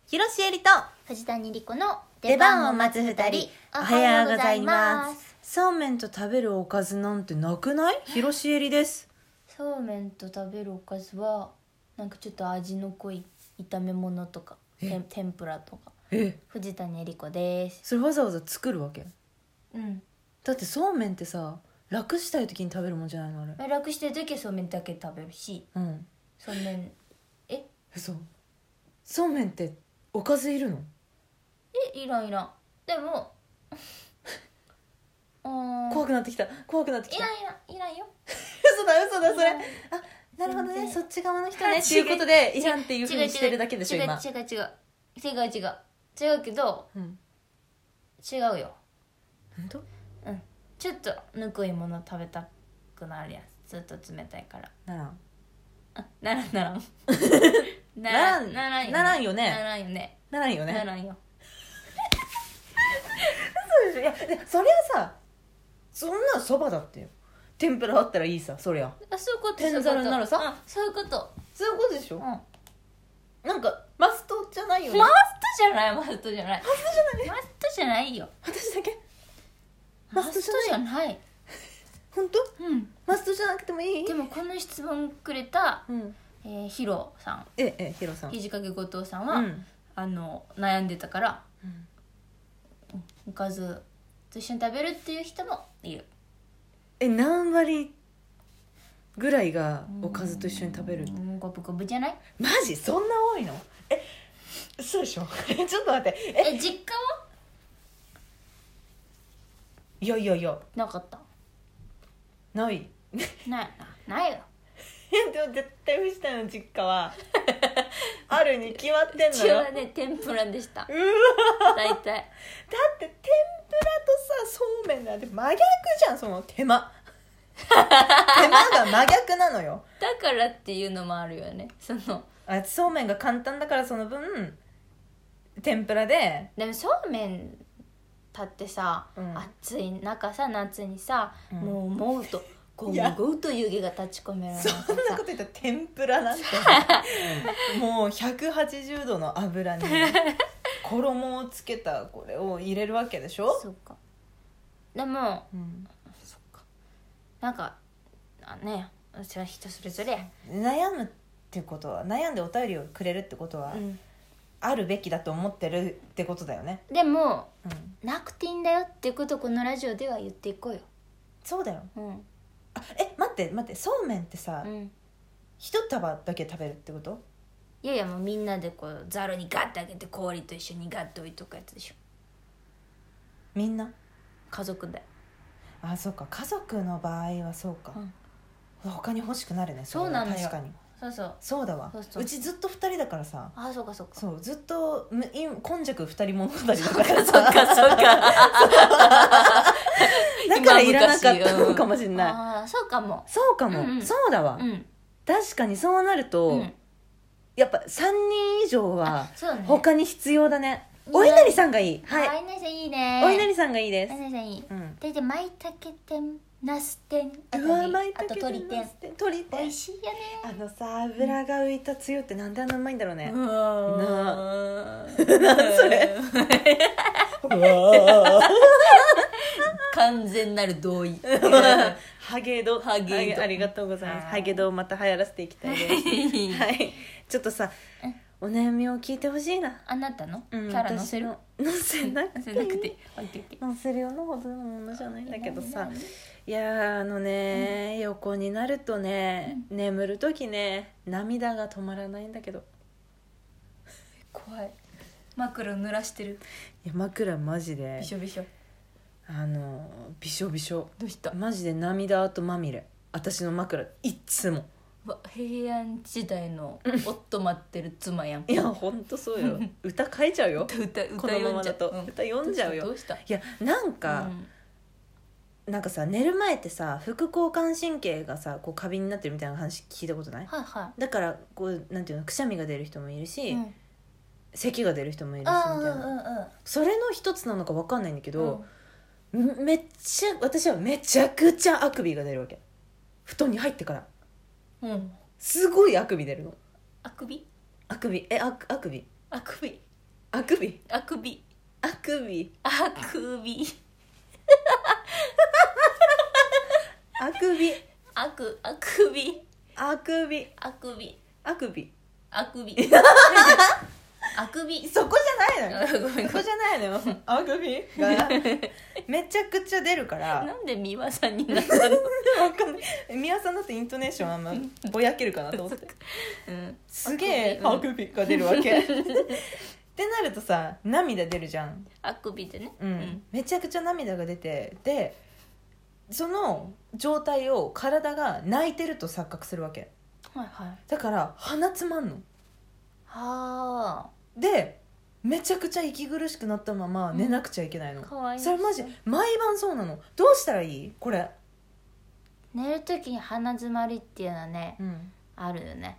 広瀬えりと藤谷莉子の出番を待つ二人、おはようございます。 す。そうめんと食べるおかずなんてなくない？広瀬えりです。 そうめんと食べるおかずはなんかちょっと味の濃い炒め物とか天ぷらとか。藤谷莉子です。 それわざわざ作るわけ？ うん。 だってそうめんってさ、楽したい時に食べるもんじゃないの？あれ楽してる時はそうめんだけ食べるし、そうめん嘘。そうめんっておかずいるの？ いらんいらん。でも怖くなってきた。いらんいらんよ。 嘘だそれ。あ、なるほどね、そっち側の人ねっていうことでいらんっていうふうにしてるだけでしょ今。 違うけど、違うよ。 本当？ ちょっとぬくいもの食べたくなるやつ。ずっと冷たいから。ならんならんよね。 そうでしょ。いやそりゃさ、そんなそばだってよ。天ぷらあったらいいさ、そりゃ。 そういうこと。 天ざるならさ、 そういうことでしょ。なんかマストじゃないよね。 マストじゃないよ。 私だけマストじゃない。 本当？マストじゃなくてもいい？ でもこの質問くれたヒロさん、 ヒロさん、 肘掛後藤さんは悩んでたから、おかずと一緒に食べるっていう人もいる。 何割ぐらいがおかずと一緒に食べる？ 五分五分じゃない？ マジ？そんな多いの？そうでしょ。ちょっと待って。 実家はいやなかった？ ないないよ。 でも絶対藤谷の実家はあるに決まってんのよ。 うちはね天ぷらでした。 うわ大体。 だって天ぷらとさそうめんなんて真逆じゃん。その手間が真逆なのよ。 だからっていうのもあるよね。 そうめんが簡単だからその分天ぷらで。 でもそうめんだってさ、暑い中さ、夏にさ、もう思うとゴーと湯気が立ち込める。 そんなこと言ったら天ぷらなんてもう180度の油に衣をつけたこれを入れるわけでしょ。 そうか。でも、そっか。なんかね、私は人それぞれ悩むってことは、悩んでお便りをくれるってことは、あるべきだと思ってるってことだよね。 でも、なくていいんだよっていうことをこのラジオでは言っていこうよ。 そうだよ。待ってそうめんってさ、一束だけ食べるってこと？ いやもうみんなでこうざるにガッてあげて氷と一緒にガッと置いとくやつでしょ。 みんな家族で。 そうか、家族の場合はそうか、他に欲しくなるね。 そうなのよ。 確かにそうだわ。うちずっと2人だからさ。 そうかそうずっと今昔2人物語だからさそうかだからいらなかったのかもしれない。 そうかも、 そうだわ、確かにそうなると、やっぱ3人以上は他に必要だね。お稲荷さんがいい。 お稲荷さんいいね。 お稲荷さんがいいです。 お稲荷さんいい。で舞茸天、ナス天、あと鶏天。美味しいよね。 さ、油が浮いたつゆってなんであんなうまいんだろうね。 なんそれ完全なる同意。 ハゲドありがとうございます。ハゲドをまた流行らせていきたいですはい、ちょっとさ、お悩みを聞いてほしいな。 あなたのキャラ載せる？ 載せなくて載せるようなほどのものじゃないんだけどさ、いや横になるとね、眠る時ね、涙が止まらないんだけど。 怖い。枕濡らしてる？ いや枕マジでびしょびしょ。 びしょびしょ。 どうした？ マジで涙跡まみれ。私の枕いつも。 平安時代の夫待ってる妻やん。 いやほんとそうよ。歌書いちゃうよ。 歌このままだと歌読んじゃうよ。 どうした？ いやなんかさ、寝る前ってさ、副交感神経がさこう過敏になってるみたいな話聞いたことない？だからこうなんていうの、くしゃみが出る人もいるし、咳が出る人もいるしみたいな、それの一つなのか分かんないんだけど、私はめちゃくちゃあくびが出るわけ。布団に入ってから、すごいあくび出るの。 あくび？ あくびあくびあくびあくびあくびあくびあくびあくびあくびあくびあくびあくびそこじゃないのよごめんそこじゃないのよあくびがめちゃくちゃ出るからなんで美輪さんになったのわかんない宮さんだってイントネーションあんまぼやけるかなと思って、うん、すげえあくびが出るわけってなるとさ涙出るじゃんあくびでね、 うん、めちゃくちゃ涙が出てでその状態を体が泣いてると錯覚するわけ、 はいはい、 だから鼻詰まんのはあでめちゃくちゃ息苦しくなったまま寝なくちゃいけないの、 かわいいそれマジ毎晩そうなの。どうしたらいいこれ。 寝る時に鼻詰まりっていうのはね、あるよね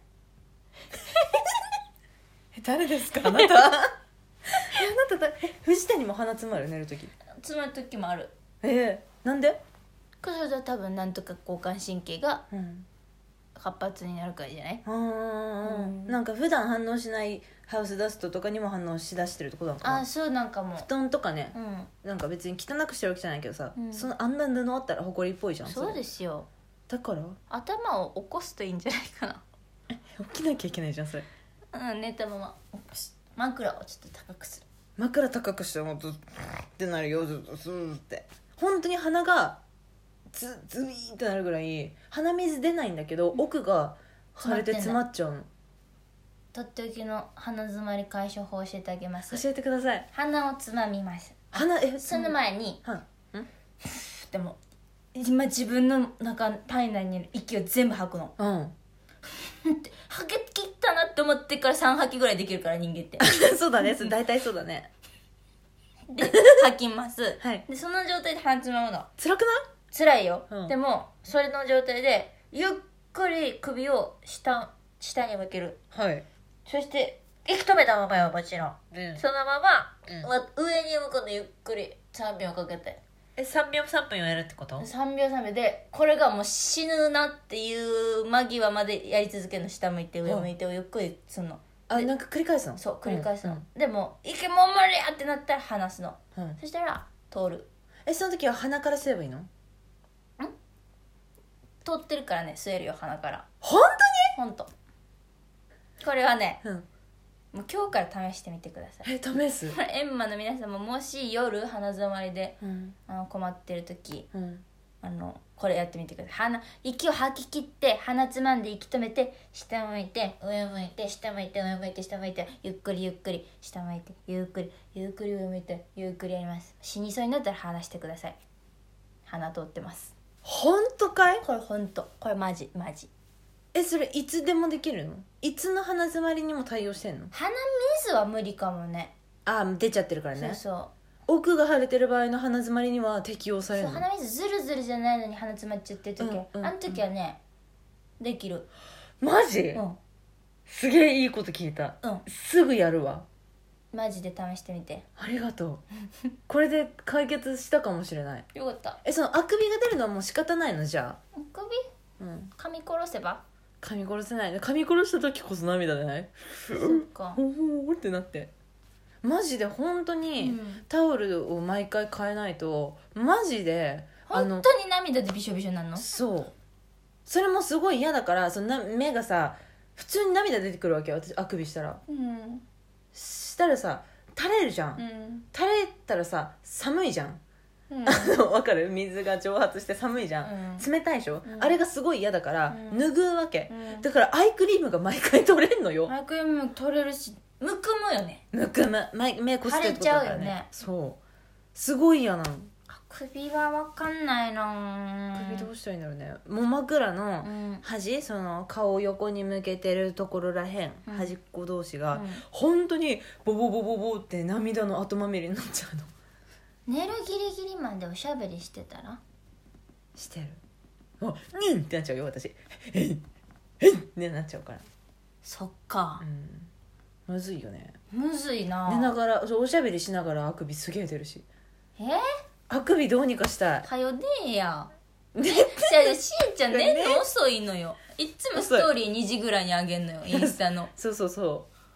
誰ですかあなたあなた藤谷も鼻詰まる寝る時。 詰まる時もある。 なんで？ それは多分なんとか交感神経が活発になるからじゃない？ なんか普段反応しないハウスダストとかにも反応しだしてるってことなのかな。 あ、そうなんかも。 布団とかね、なんか別に汚くしてるわけじゃないけどさ、そのあんな布あったら埃っぽいじゃん。 そうですよ。 だから頭を起こすといいんじゃないかな。 起きなきゃいけないじゃんそれ。 寝たまま起こす。枕をちょっと高くする。 枕高くしてもずってなるよ。ずっとスーって本当に鼻がズビーってなるぐらい鼻水出ないんだけど、奥が腫れて詰まっちゃうの。 とっておきの鼻詰まり解消法を教えてあげます。 教えてください。 鼻をつまみます。その前にでも今自分の中体内にいる息を全部吐くの。って吐き切ったなって思ってから3吐きぐらいできるから人間ってそうだね、大体そうだね。 で吐きます、でその状態で鼻つまむの。 辛くない？ 辛いよ、でもそれの状態でゆっくり首を下に向ける。そして息止めたままよ、もちろん、そのまま、上に向くのゆっくり3秒かけて。 3秒3分やるってこと ？3秒3秒でこれがもう死ぬなっていう間際までやり続けるの。下向いて上向いてをゆっくりするの。 なんか繰り返すの？そう繰り返すの、でも息も無理やってなったら離すの、そしたら通る。 その時は鼻からすればいいの？ 通ってるからね、吸えるよ鼻から。 本当に？本当。これはね、もう今日から試してみてください。 試す？ エンマの皆さんももし夜鼻詰まりで、困ってる時、これやってみてください。息を吐き切って鼻つまんで息止めて下向いて上向いて下向いて上向いて下向いてゆっくりゆっくり下向いてゆっくりゆっくり上向いてゆっくりやります。死にそうになったら離してください。鼻通ってます。 本当かい？ これ本当。これマジ。 それいつでもできるの？いつの鼻詰まりにも対応してんの？ 鼻水は無理かもね。 出ちゃってるからね。 そう奥が腫れてる場合の鼻詰まりには適用されるの？ 鼻水ズルズルじゃないのに鼻詰まっちゃってる時、あの時はねできる。 マジ？すげえいいこと聞いた。すぐやるわ。 マジで試してみて。 ありがとうこれで解決したかもしれない。 よかった。 そのあくびが出るのはもう仕方ないの？じゃああくび？噛み殺せば？ 噛み殺せない。噛み殺した時こそ涙出ない？ そっかほーってなってマジで本当にタオルを毎回変えないとマジで本当に涙でびしょびしょになるの？ そうそれもすごい嫌だから、その目がさ普通に涙出てくるわけよ、私あくびしたら。したらさ垂れるじゃん、垂れたらさ寒いじゃん、わかる？水が蒸発して寒いじゃん、冷たいでしょ、あれがすごい嫌だから拭うわけ、だからアイクリームが毎回取れんのよ。 アイクリーム取れるしむくむよね。 目こすってるってことだからね。そうすごい嫌なの。 首は分かんないな。 首どうしたらいいんだろうね。もう枕の端、その顔を横に向けてるところらへん、端っこ同士が、本当にボボボボボって涙の後まみれになっちゃうの。 寝るギリギリまでおしゃべりしてたら？ してる。ニンってなっちゃうよ私。へんってなっちゃうから。 そっか、 むずいよね。 むずいな。 寝ながらおしゃべりしながらあくびすげえ出るし。あくびどうにかしたい。 はよねえや。しんちゃん寝んの遅いのよ。いつもストーリー2時ぐらいにあげんのよ、インスタの。 そう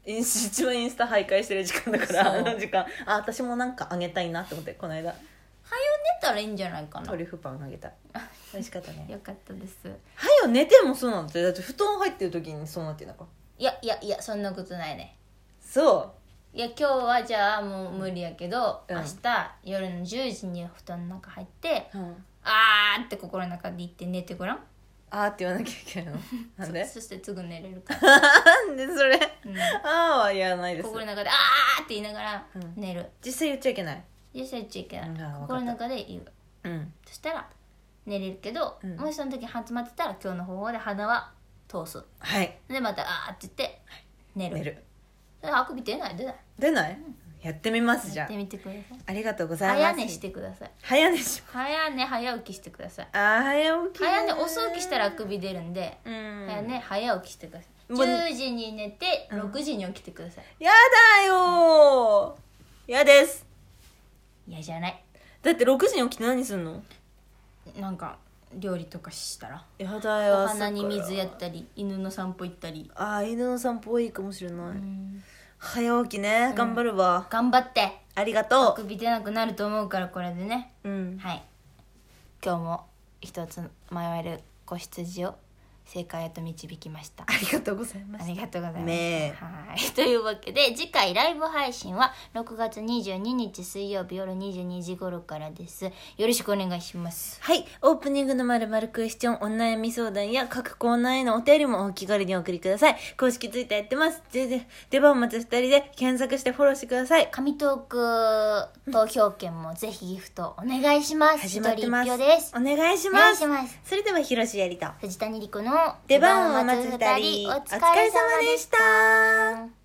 一番インスタ徘徊してる時間だからあの時間私もなんかあげたいなって思ってこの間はよ寝たらいいんじゃないかな。 トリュフパンあげた美味しかったねよかったです。 はよ寝てもそうなんだって布団入ってる時にそうなってるのか。 いやそんなことないね。 そういや今日はじゃあもう無理やけど、 うん、 明日夜の10時に布団の中入って、 うん、 あーって心の中で言って寝てごらん。 あーって言わなきゃいけないのなんでそしてすぐ寝れるからなんでそれ、うん、あーは言わないです。 心の中であーって言いながら寝る、 実際言っちゃいけない。 実際言っちゃいけない、 うん、 心の中で言う、 うん、 そしたら寝れるけど、うん、もしその時始まってたら今日の方法で鼻は通す。 はいでまたあーって言って寝る。あくび出ない、うん、 やってみます。じゃあやってみてください。 ありがとうございます。 早寝してください。早起きしてください。 早起き早寝遅起きしたらあくび出るんで、早起きしてください。10時に寝て6時に起きてください。 やだよー、やです。 嫌じゃない。 だって6時に起きて何すんの。 なんか料理とかしたらやだよ。 お花に水やったり犬の散歩行ったり。 犬の散歩いいかもしれない。早起きね、頑張るわ。 頑張って。 ありがとう。 あくび出なくなると思うからこれでね。はい。今日も一つ迷える子羊を正解へと導きました。 ありがとうございます。 ありがとうございます。 ね、 はい。というわけで次回ライブ配信は6月22日水曜日夜22時頃からです。よろしくお願いします。 はい。オープニングの〇〇クエスチョン、お悩み相談や各コーナーへのお便りもお気軽にお送りください。公式ツイッターやってます。出番を待つ2人で検索してフォローしてください。 神トーク投票券もぜひギフトお願いします。 始まってます。 1人1票です。 お願いします。それでは広瀬やりと藤谷莉子の出番を待つ2人、お疲れ様でした。